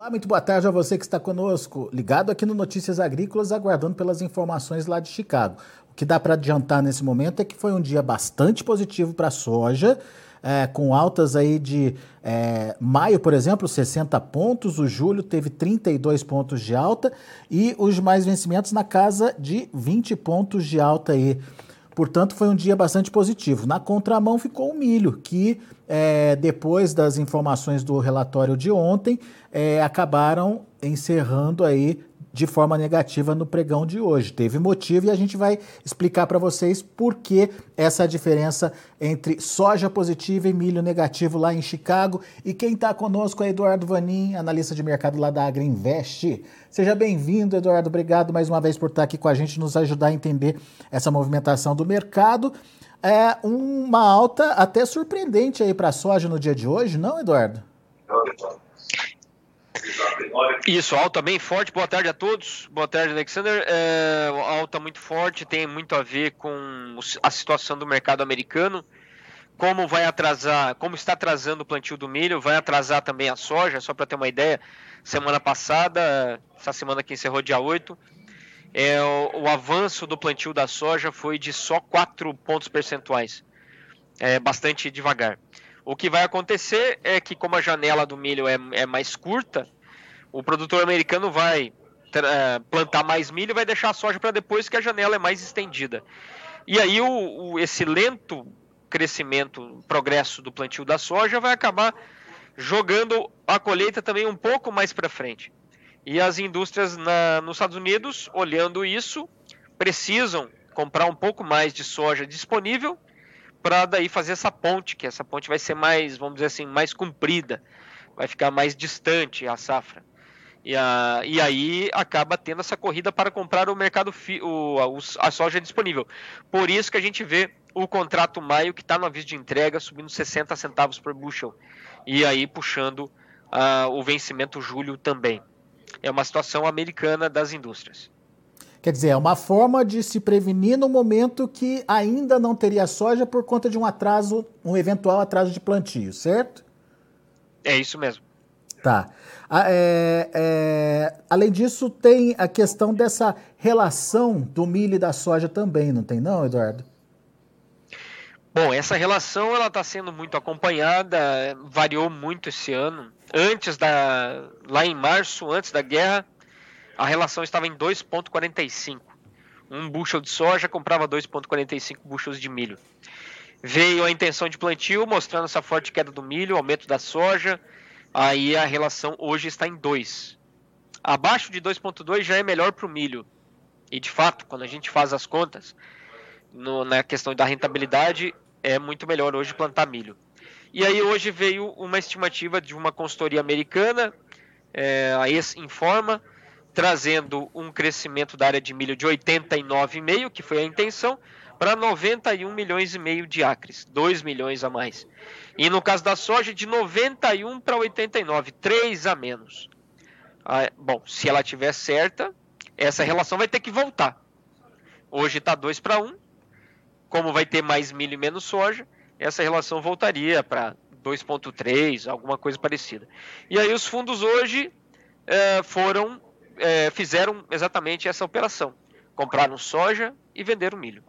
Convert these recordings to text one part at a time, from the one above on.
Muito boa tarde a você que está conosco, ligado aqui no Notícias Agrícolas, aguardando pelas informações lá de Chicago. O que dá para adiantar nesse momento é que foi um dia bastante positivo para a soja, com altas aí de maio, por exemplo, 60 pontos, o julho teve 32 pontos de alta e os mais vencimentos na casa de 20 pontos de alta aí. Portanto, foi um dia bastante positivo. Na contramão ficou o milho, que depois das informações do relatório de ontem, acabaram encerrando aí de forma negativa no pregão de hoje. Teve motivo e a gente vai explicar para vocês por que essa diferença entre soja positiva e milho negativo lá em Chicago. E quem está conosco é Eduardo Vanin, analista de mercado lá da AgriInvest. Seja bem-vindo, Eduardo. Obrigado mais uma vez por estar aqui com a gente, nos ajudar a entender essa movimentação do mercado. É uma alta até surpreendente aí para a soja no dia de hoje, não, Eduardo? Isso, alta bem forte. Boa tarde a todos. Boa tarde, Alexander. Alta muito forte, tem muito a ver com a situação do mercado americano. Como está atrasando o plantio do milho, vai atrasar também a soja. Só para ter uma ideia, semana passada, essa semana que encerrou dia 8, o avanço do plantio da soja foi de só 4 pontos percentuais. Bastante devagar. O que vai acontecer é que, como a janela do milho é mais curta, o produtor americano vai plantar mais milho e vai deixar a soja para depois, que a janela é mais estendida. E aí esse lento crescimento, progresso do plantio da soja vai acabar jogando a colheita também um pouco mais para frente. E as indústrias nos Estados Unidos, olhando isso, precisam comprar um pouco mais de soja disponível para daí fazer essa ponte, que essa ponte vai ser mais, vamos dizer assim, mais comprida, vai ficar mais distante a safra. E aí acaba tendo essa corrida para comprar o mercado a soja disponível. Por isso que a gente vê o contrato maio, que está no aviso de entrega, subindo 60 centavos por bushel. E aí puxando o vencimento julho também. É uma situação americana das indústrias. Quer dizer, é uma forma de se prevenir no momento que ainda não teria soja por conta de um eventual atraso de plantio, certo? É isso mesmo. Tá. Além disso, tem a questão dessa relação do milho e da soja também, não tem não, Eduardo? Bom, essa relação está sendo muito acompanhada, variou muito esse ano. Lá em março, antes da guerra, a relação estava em 2,45. Um bushel de soja comprava 2,45 bushels de milho. Veio a intenção de plantio, mostrando essa forte queda do milho, aumento da soja. Aí a relação hoje está em 2. Abaixo de 2,2 já é melhor para o milho. E de fato, quando a gente faz as contas, na questão da rentabilidade, é muito melhor hoje plantar milho. E aí hoje veio uma estimativa de uma consultoria americana, a Informa, trazendo um crescimento da área de milho de 89,5, que foi a intenção, para 91 milhões e meio de acres, 2 milhões a mais. E no caso da soja, de 91 para 89, 3 a menos. Bom, se ela estiver certa, essa relação vai ter que voltar. Hoje está 2 para 1, como vai ter mais milho e menos soja, essa relação voltaria para 2,3, alguma coisa parecida. E aí os fundos hoje fizeram exatamente essa operação. Compraram soja e venderam milho.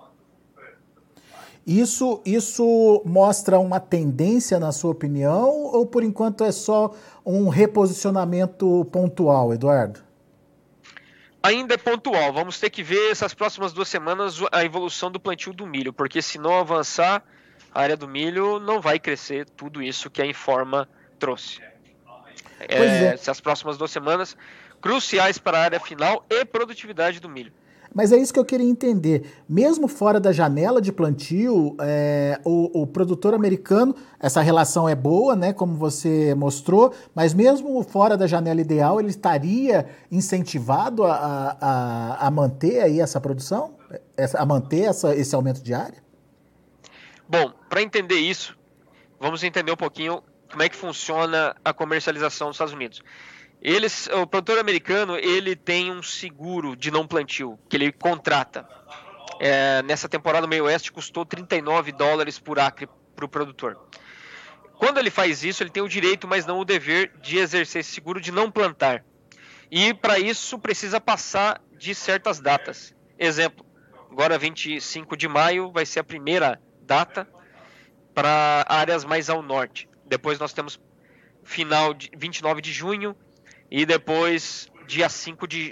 Isso mostra uma tendência, na sua opinião, ou por enquanto é só um reposicionamento pontual, Eduardo? Ainda é pontual. Vamos ter que ver essas próximas 2 semanas a evolução do plantio do milho, porque se não avançar, a área do milho não vai crescer tudo isso que a Informa trouxe. Essas próximas 2 semanas cruciais para a área final e produtividade do milho. Mas é isso que eu queria entender. Mesmo fora da janela de plantio, o produtor americano, essa relação é boa, né, como você mostrou, mas mesmo fora da janela ideal, ele estaria incentivado a manter aí essa produção? A manter esse aumento de área? Bom, para entender isso, vamos entender um pouquinho como é que funciona a comercialização nos Estados Unidos. O produtor americano, ele tem um seguro de não plantio, que ele contrata. Nessa temporada, o meio oeste custou $39 por acre para o produtor. Quando ele faz isso, ele tem o direito, mas não o dever, de exercer esse seguro de não plantar. E para isso precisa passar de certas datas. Exemplo, agora 25 de maio vai ser a primeira data para áreas mais ao norte. Depois nós temos final de 29 de junho e depois dia 5 de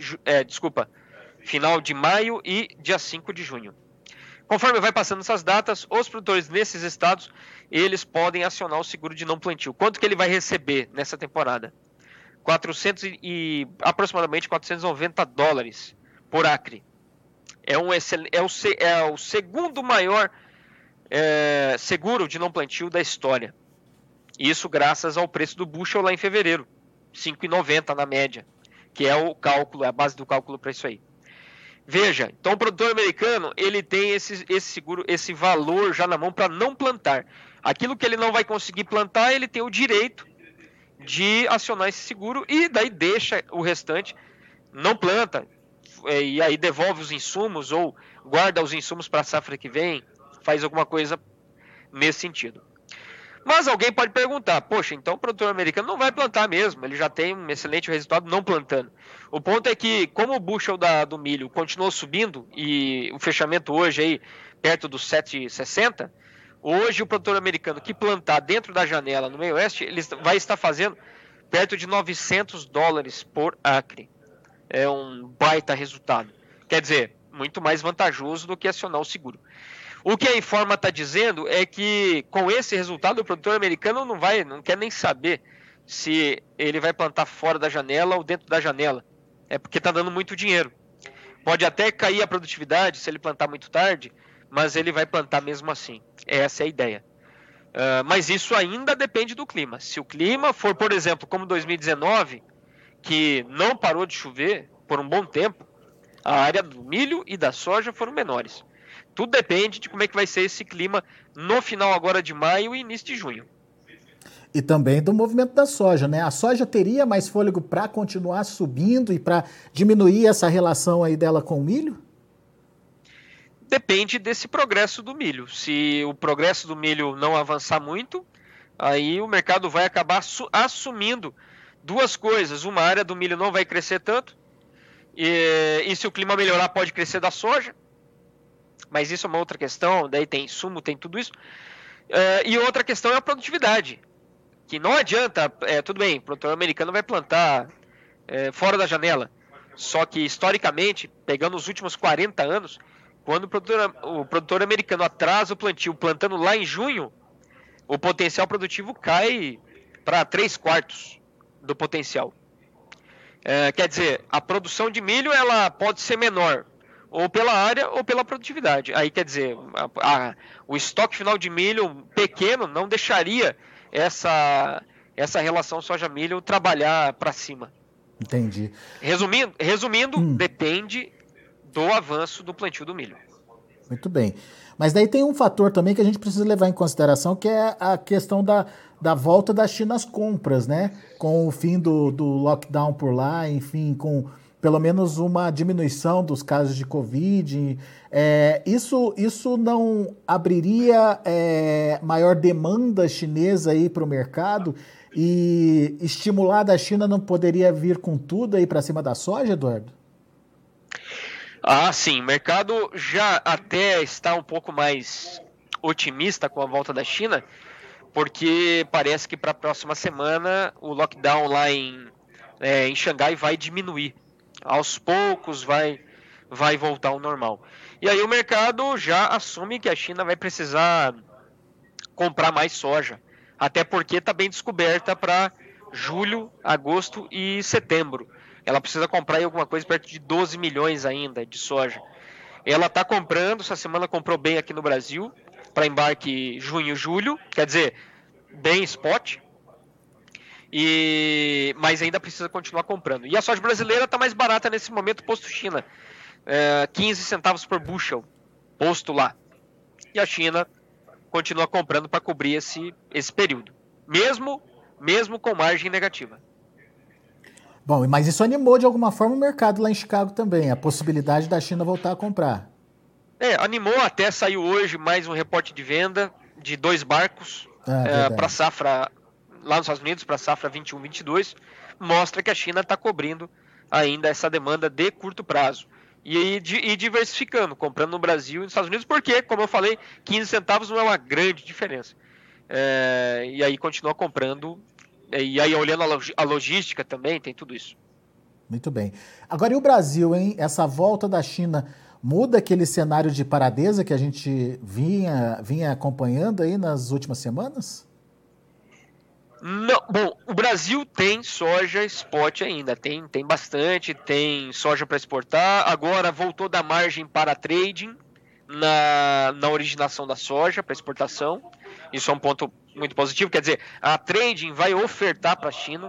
final de maio e dia 5 de junho. Conforme vai passando essas datas, os produtores nesses estados, eles podem acionar o seguro de não plantio. Quanto que ele vai receber nessa temporada? Aproximadamente $490 por acre. É o segundo maior seguro de não plantio da história. Isso graças ao preço do bushel lá em fevereiro, R$5,90 na média, que é o cálculo, é a base do cálculo para isso aí. Veja, então o produtor americano, ele tem esse seguro, esse valor já na mão para não plantar. Aquilo que ele não vai conseguir plantar, ele tem o direito de acionar esse seguro e daí deixa o restante, não planta, e aí devolve os insumos ou guarda os insumos para a safra que vem, faz alguma coisa nesse sentido. Mas alguém pode perguntar, poxa, então o produtor americano não vai plantar mesmo, ele já tem um excelente resultado não plantando. O ponto é que, como o bushel do milho continuou subindo, e o fechamento hoje aí perto dos 7,60, hoje o produtor americano que plantar dentro da janela no meio oeste, ele vai estar fazendo perto de $900 por acre. É um baita resultado. Quer dizer, muito mais vantajoso do que acionar o seguro. O que a Informa está dizendo é que com esse resultado o produtor americano não quer nem saber se ele vai plantar fora da janela ou dentro da janela. É porque está dando muito dinheiro. Pode até cair a produtividade se ele plantar muito tarde, mas ele vai plantar mesmo assim. Essa é a ideia. Mas isso ainda depende do clima. Se o clima for, por exemplo, como 2019, que não parou de chover por um bom tempo, a área do milho e da soja foram menores. Tudo depende de como é que vai ser esse clima no final agora de maio e início de junho. E também do movimento da soja, né? A soja teria mais fôlego para continuar subindo e para diminuir essa relação aí dela com o milho? Depende desse progresso do milho. Se o progresso do milho não avançar muito, aí o mercado vai acabar assumindo duas coisas. Uma área do milho não vai crescer tanto, e se o clima melhorar pode crescer da soja, mas isso é uma outra questão, daí tem insumo, tem tudo isso. E outra questão é a produtividade, que não adianta, tudo bem, o produtor americano vai plantar fora da janela, só que historicamente, pegando os últimos 40 anos, quando o produtor americano atrasa o plantio, plantando lá em junho, o potencial produtivo cai para 3/4 do potencial. Quer dizer, a produção de milho ela pode ser menor, ou pela área ou pela produtividade. Aí quer dizer, o estoque final de milho pequeno não deixaria essa relação soja-milho trabalhar para cima. Entendi. Resumindo, depende do avanço do plantio do milho. Muito bem. Mas daí tem um fator também que a gente precisa levar em consideração, que é a questão da volta da China às compras, né? Com o fim do lockdown por lá, enfim, com pelo menos uma diminuição dos casos de Covid. Isso não abriria maior demanda chinesa aí para o mercado? E estimular da China não poderia vir com tudo aí para cima da soja, Eduardo? Sim, o mercado já até está um pouco mais otimista com a volta da China, porque parece que para a próxima semana o lockdown lá em Xangai vai diminuir. Aos poucos vai voltar ao normal. E aí o mercado já assume que a China vai precisar comprar mais soja, até porque está bem descoberta para julho, agosto e setembro. Ela precisa comprar aí alguma coisa perto de 12 milhões ainda de soja. Ela está comprando, essa semana comprou bem aqui no Brasil, para embarque junho e julho, quer dizer, bem spot, mas ainda precisa continuar comprando. E a soja brasileira está mais barata nesse momento, posto China, 15 centavos por bushel, posto lá. E a China continua comprando para cobrir esse período, mesmo com margem negativa. Bom, mas isso animou de alguma forma o mercado lá em Chicago também, a possibilidade da China voltar a comprar. Animou, até saiu hoje mais um reporte de venda de 2 barcos para a safra lá nos Estados Unidos, para a safra 21-22, mostra que a China está cobrindo ainda essa demanda de curto prazo. E diversificando, comprando no Brasil e nos Estados Unidos, porque, como eu falei, 15 centavos não é uma grande diferença. E aí continua comprando, e aí olhando a logística também, tem tudo isso. Muito bem. Agora, e o Brasil, hein? Essa volta da China muda aquele cenário de paradeza que a gente vinha acompanhando aí nas últimas semanas? Não, bom, o Brasil tem soja spot ainda, tem bastante, tem soja para exportar, agora voltou da margem para trading na originação da soja para exportação, isso é um ponto muito positivo, quer dizer, a trading vai ofertar para a China,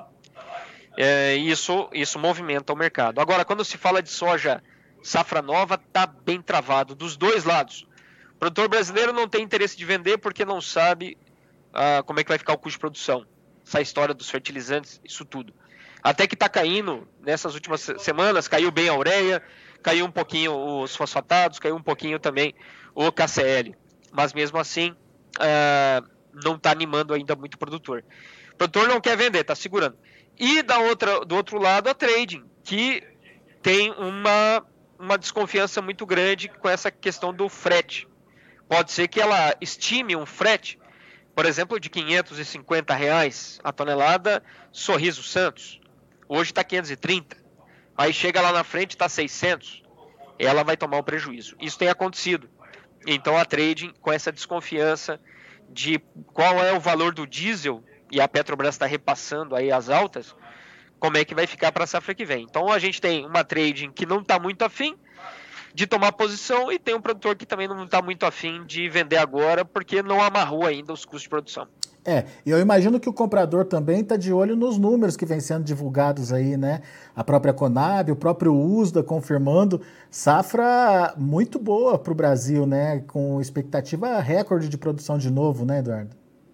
isso movimenta o mercado. Agora, quando se fala de soja safra nova, está bem travado dos dois lados. O produtor brasileiro não tem interesse de vender porque não sabe como é que vai ficar o custo de produção. Essa história dos fertilizantes, isso tudo. Até que está caindo, nessas últimas semanas, caiu bem a ureia, caiu um pouquinho os fosfatados, caiu um pouquinho também o KCl. Mas mesmo assim, não está animando ainda muito o produtor. O produtor não quer vender, está segurando. E do outro lado, a trading, que tem uma desconfiança muito grande com essa questão do frete. Pode ser que ela estime um frete, por exemplo, de R$550 a tonelada, Sorriso Santos. Hoje está 530. Aí chega lá na frente, está 600. Ela vai tomar um prejuízo. Isso tem acontecido. Então a trading, com essa desconfiança de qual é o valor do diesel, e a Petrobras está repassando aí as altas, como é que vai ficar para a safra que vem. Então a gente tem uma trading que não está muito afim de tomar posição e tem um produtor que também não está muito afim de vender agora porque não amarrou ainda os custos de produção. E eu imagino que o comprador também está de olho nos números que vêm sendo divulgados aí, né? A própria Conab, o próprio USDA confirmando safra muito boa para o Brasil, né? Com expectativa recorde de produção de novo, né, Eduardo?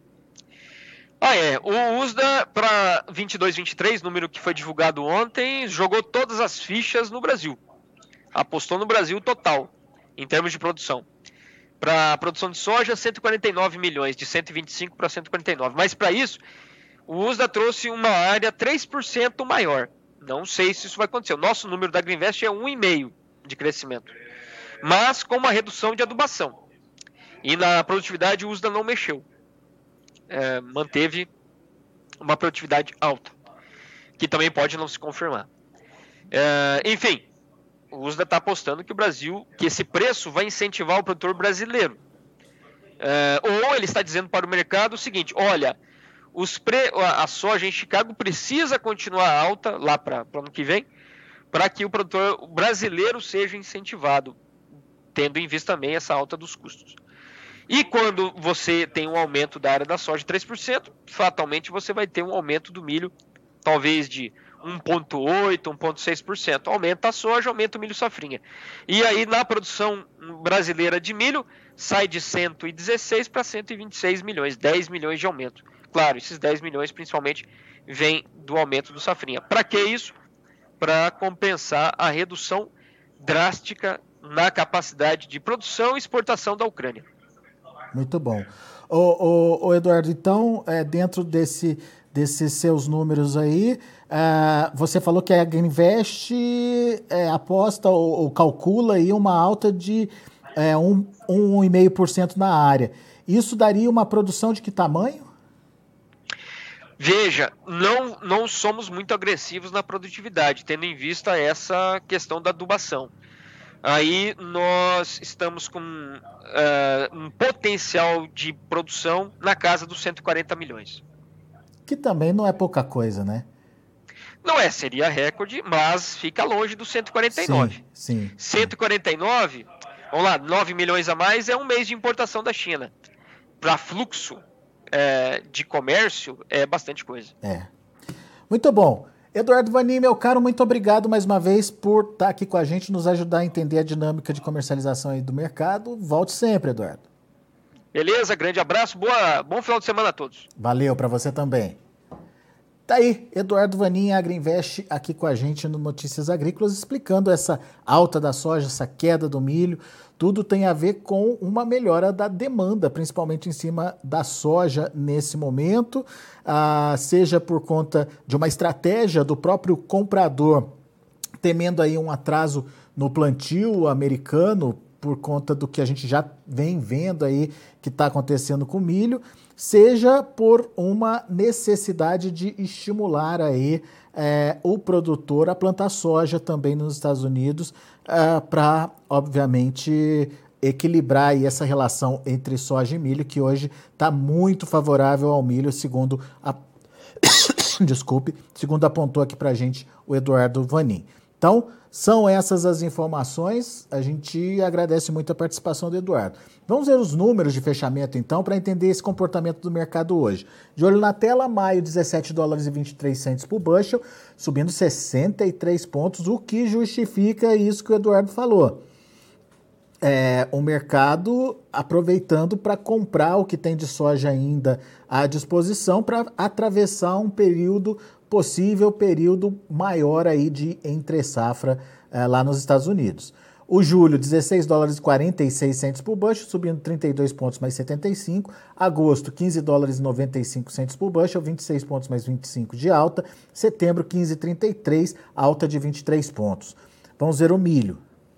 O USDA para 22-23, número que foi divulgado ontem, jogou todas as fichas no Brasil. Apostou no Brasil total, em termos de produção. Para a produção de soja, 149 milhões, de 125 para 149. Mas para isso, o USDA trouxe uma área 3% maior. Não sei se isso vai acontecer. O nosso número da Agriinvest é 1,5% de crescimento. Mas com uma redução de adubação. E na produtividade, o USDA não mexeu. Manteve uma produtividade alta, que também pode não se confirmar. Enfim, o USDA está apostando que esse preço vai incentivar o produtor brasileiro. Ou ele está dizendo para o mercado o seguinte: olha, a soja em Chicago precisa continuar alta lá para o ano que vem, para que o produtor brasileiro seja incentivado, tendo em vista também essa alta dos custos. E quando você tem um aumento da área da soja de 3%, fatalmente você vai ter um aumento do milho, talvez de 1,8%, 1,6%. Aumenta a soja, aumenta o milho safrinha. E aí na produção brasileira de milho, sai de 116 para 126 milhões, 10 milhões de aumento. Claro, esses 10 milhões principalmente vêm do aumento do safrinha. Para que isso? Para compensar a redução drástica na capacidade de produção e exportação da Ucrânia. Muito bom. Ô Eduardo, então, dentro desses seus números aí, você falou que a Agriinvest aposta ou calcula aí uma alta de 1,5% na área. Isso daria uma produção de que tamanho? Veja, não somos muito agressivos na produtividade, tendo em vista essa questão da adubação. Aí nós estamos com um potencial de produção na casa dos 140 milhões. Que também não é pouca coisa, né? Não seria recorde, mas fica longe dos 149. Sim. 149, vamos lá, 9 milhões a mais é um mês de importação da China. Para fluxo de comércio é bastante coisa. Muito bom. Eduardo Vanim, meu caro, muito obrigado mais uma vez por estar aqui com a gente, nos ajudar a entender a dinâmica de comercialização aí do mercado. Volte sempre, Eduardo. Beleza, grande abraço, bom final de semana a todos. Valeu, para você também. Tá aí, Eduardo Vanin, Agriinvest, aqui com a gente no Notícias Agrícolas, explicando essa alta da soja, essa queda do milho. Tudo tem a ver com uma melhora da demanda, principalmente em cima da soja nesse momento, seja por conta de uma estratégia do próprio comprador, temendo aí um atraso no plantio americano, por conta do que a gente já vem vendo aí que está acontecendo com o milho, seja por uma necessidade de estimular aí o produtor a plantar soja também nos Estados Unidos para, obviamente, equilibrar aí essa relação entre soja e milho, que hoje está muito favorável ao milho, segundo segundo apontou aqui para a gente o Eduardo Vanin. Então, são essas as informações, a gente agradece muito a participação do Eduardo. Vamos ver os números de fechamento então, para entender esse comportamento do mercado hoje. De olho na tela, maio, 17 dólares e 23 centes por bushel, subindo 63 pontos, o que justifica isso que o Eduardo falou. O mercado aproveitando para comprar o que tem de soja ainda à disposição para atravessar um possível período maior aí de entre-safra lá nos Estados Unidos. O julho, 16 dólares e 46 centes por bushel, subindo 32 pontos mais 75. Agosto, 15 dólares e 95 centes por bushel, 26 pontos mais 25 de alta. Setembro, 15,33, alta de 23 pontos. Vamos ver o milho.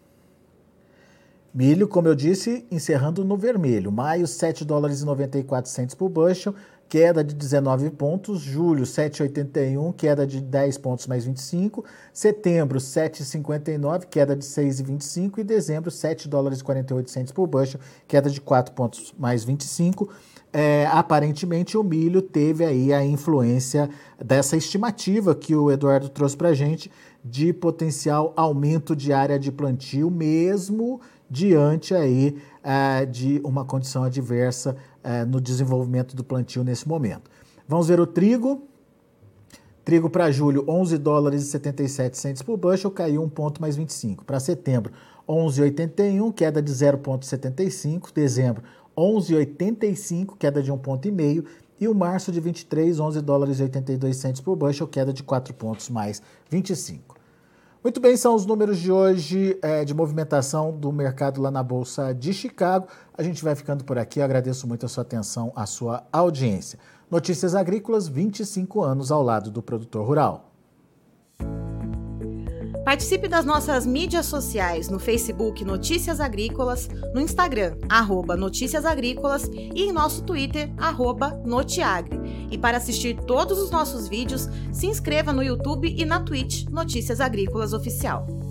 Milho, como eu disse, encerrando no vermelho. Maio, 7 dólares e 94 centes por bushel, queda de 19 pontos. Julho, 7,81, queda de 10 pontos mais 25. Setembro, 7,59, queda de 6,25. E dezembro, 7 dólares e 48 centes por bushel, queda de 4 pontos mais 25. Aparentemente, o milho teve aí a influência dessa estimativa que o Eduardo trouxe para a gente de potencial aumento de área de plantio, mesmo diante aí de uma condição adversa no desenvolvimento do plantio nesse momento. Vamos ver o trigo. Trigo para julho, 11 dólares e 77 centes por bushel, caiu 1 ponto mais 25. Para setembro, 11,81, queda de 0,75. Dezembro, 11,85, queda de 1,5 ponto. E o março de 23, 11 dólares e 82 centes por bushel, queda de 4 pontos mais 25. Muito bem, são os números de hoje de movimentação do mercado lá na Bolsa de Chicago. A gente vai ficando por aqui. Eu agradeço muito a sua atenção, a sua audiência. Notícias Agrícolas, 25 anos ao lado do produtor rural. Participe das nossas mídias sociais no Facebook Notícias Agrícolas, no Instagram, @Notícias Agrícolas e em nosso Twitter, @Notiagre. E para assistir todos os nossos vídeos, se inscreva no YouTube e na Twitch Notícias Agrícolas Oficial.